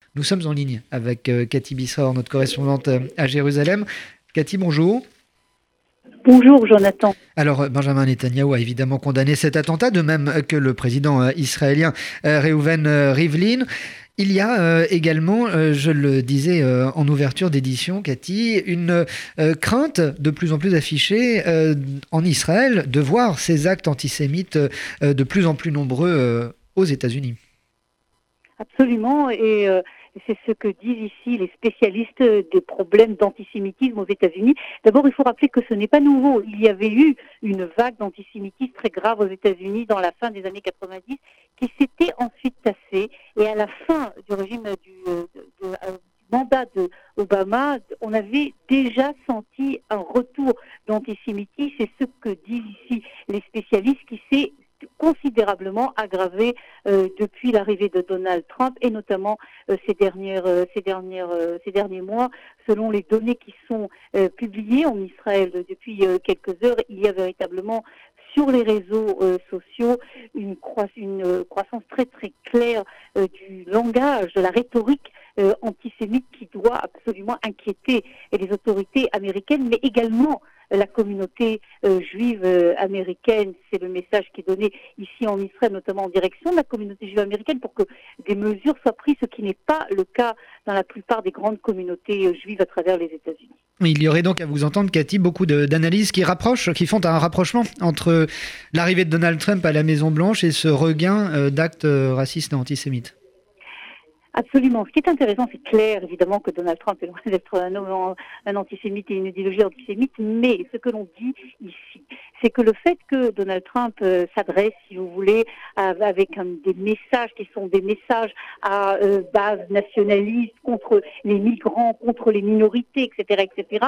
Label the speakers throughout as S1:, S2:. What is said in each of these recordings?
S1: Nous sommes en ligne avec Cathy Bissor, notre correspondante à Jérusalem. Cathy, bonjour.
S2: Bonjour Jonathan.
S1: Alors, Benjamin Netanyahou a évidemment condamné cet attentat, de même que le président israélien Reuven Rivlin. Il y a également, je le disais en ouverture d'édition, Cathy, une crainte de plus en plus affichée en Israël de voir ces actes antisémites de plus en plus nombreux aux États-Unis.
S2: Absolument, et c'est ce que disent ici les spécialistes des problèmes d'antisémitisme aux États-Unis. D'abord, il faut rappeler que ce n'est pas nouveau. Il y avait eu une vague d'antisémitisme très grave aux États-Unis dans la fin des années 90 qui s'était ensuite tassée. Et à la fin du régime du mandat de Obama, on avait déjà senti un retour d'antisémitisme. C'est ce que disent ici les spécialistes qui s'est considérablement aggravé depuis l'arrivée de Donald Trump et notamment ces derniers mois. Selon les données qui sont publiées en Israël depuis quelques heures, il y a véritablement sur les réseaux sociaux une croissance très très claire du langage, de la rhétorique antisémite qui doit absolument inquiéter les autorités américaines, mais également la communauté juive américaine. C'est le message qui est donné ici en Israël, notamment en direction de la communauté juive américaine, pour que des mesures soient prises, ce qui n'est pas le cas dans la plupart des grandes communautés juives à travers les États-Unis.
S1: Il y aurait donc, à vous entendre, Cathy, beaucoup d'analyses qui font un rapprochement entre l'arrivée de Donald Trump à la Maison-Blanche et ce regain d'actes racistes et antisémites.
S2: Absolument. Ce qui est intéressant, c'est clair, évidemment, que Donald Trump est loin d'être un antisémite et une idéologie antisémite, mais ce que l'on dit ici, c'est que le fait que Donald Trump s'adresse, si vous voulez, avec des messages qui sont des messages à base nationaliste contre les migrants, contre les minorités, etc.,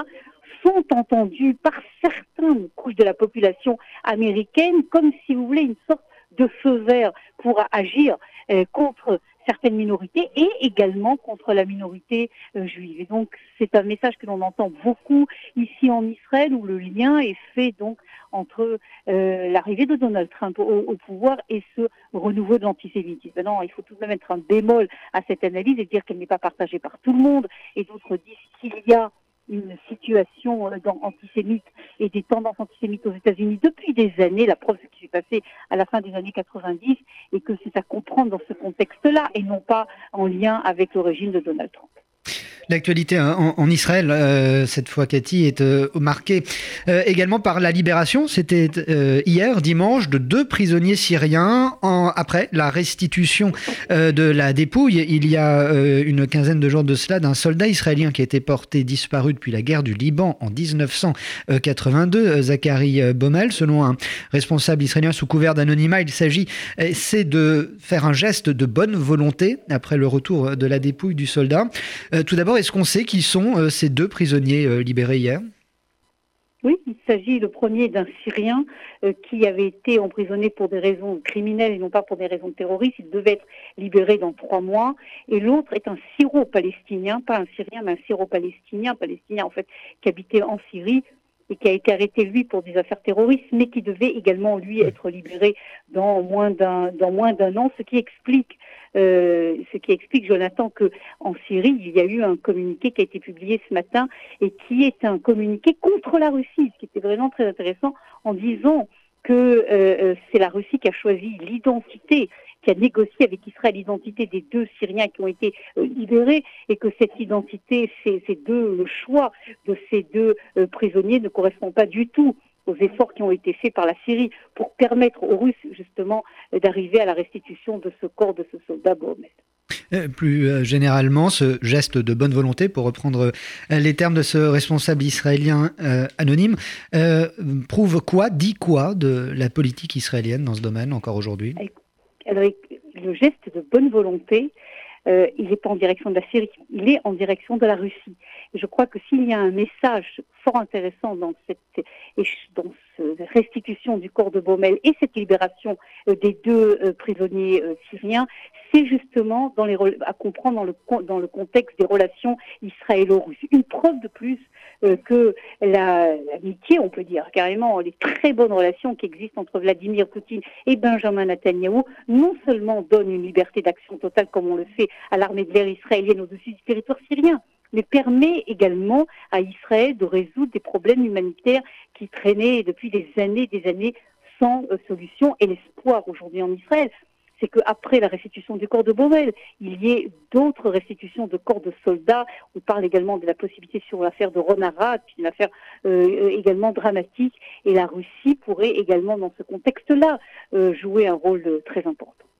S2: sont entendus par certaines couches de la population américaine comme, si vous voulez, une sorte de feu vert pour agir contre certaines minorités et également contre la minorité juive. Et donc, c'est un message que l'on entend beaucoup ici en Israël, où le lien est fait donc entre l'arrivée de Donald Trump au pouvoir et ce renouveau de l'antisémitisme. Maintenant, il faut tout de même mettre un bémol à cette analyse et dire qu'elle n'est pas partagée par tout le monde. Et d'autres disent qu'il y a une situation antisémite et des tendances antisémites aux États-Unis depuis des années, la preuve, c'est ce qui s'est passé à la fin des années 90, et que c'est à comprendre dans ce contexte-là, et non pas en lien avec le régime de Donald Trump.
S1: L'actualité en Israël, cette fois, Cathy, est marquée également par la libération. C'était hier, dimanche, de 2 prisonniers syriens après la restitution de la dépouille, il y a une quinzaine de jours de cela, d'un soldat israélien qui a été porté disparu depuis la guerre du Liban en 1982, Zachary Bommel. Selon un responsable israélien sous couvert d'anonymat, il s'agit c'est de faire un geste de bonne volonté après le retour de la dépouille du soldat. Tout d'abord, est-ce qu'on sait qui sont ces 2 prisonniers libérés hier ?
S2: Oui, il s'agit le premier d'un Syrien qui avait été emprisonné pour des raisons criminelles et non pas pour des raisons terroristes. Il devait être libéré dans 3 mois. Et l'autre est un Syro-Palestinien, pas un Syrien, mais un Syro-Palestinien, Palestinien en fait, qui habitait en Syrie et qui a été arrêté, lui, pour des affaires terroristes, mais qui devait également, lui, être libéré dans moins d'un an, ce qui explique, Jonathan, que en Syrie, il y a eu un communiqué qui a été publié ce matin et qui est un communiqué contre la Russie, ce qui était vraiment très intéressant, en disant que c'est la Russie qui a choisi l'identité, qui a négocié avec Israël l'identité des 2 Syriens qui ont été libérés, et que cette identité, le choix de ces 2 prisonniers ne correspond pas du tout aux efforts qui ont été faits par la Syrie pour permettre aux Russes, justement, d'arriver à la restitution de ce corps de ce soldat Bommel.
S1: Plus généralement, ce geste de bonne volonté, pour reprendre les termes de ce responsable israélien anonyme, dit quoi de la politique israélienne dans ce domaine encore aujourd'hui ?
S2: Alors, le geste de bonne volonté, il n'est pas en direction de la Syrie, il est en direction de la Russie. Et je crois que s'il y a un message fort intéressant dans restitution du corps de Baumel et cette libération des deux prisonniers syriens, c'est justement à comprendre dans le contexte des relations israélo-russes. Une preuve de plus que l'amitié, on peut dire carrément, les très bonnes relations qui existent entre Vladimir Poutine et Benjamin Netanyahou, non seulement donnent une liberté d'action totale comme on le fait à l'armée de l'air israélienne au-dessus du territoire syrien, mais permet également à Israël de résoudre des problèmes humanitaires qui traînaient depuis des années sans solution. Et l'espoir aujourd'hui en Israël, c'est qu'après la restitution du corps de Baumel, il y ait d'autres restitutions de corps de soldats. On parle également de la possibilité sur l'affaire de Ron Arad, une affaire également dramatique. Et la Russie pourrait également, dans ce contexte-là, jouer un rôle très important.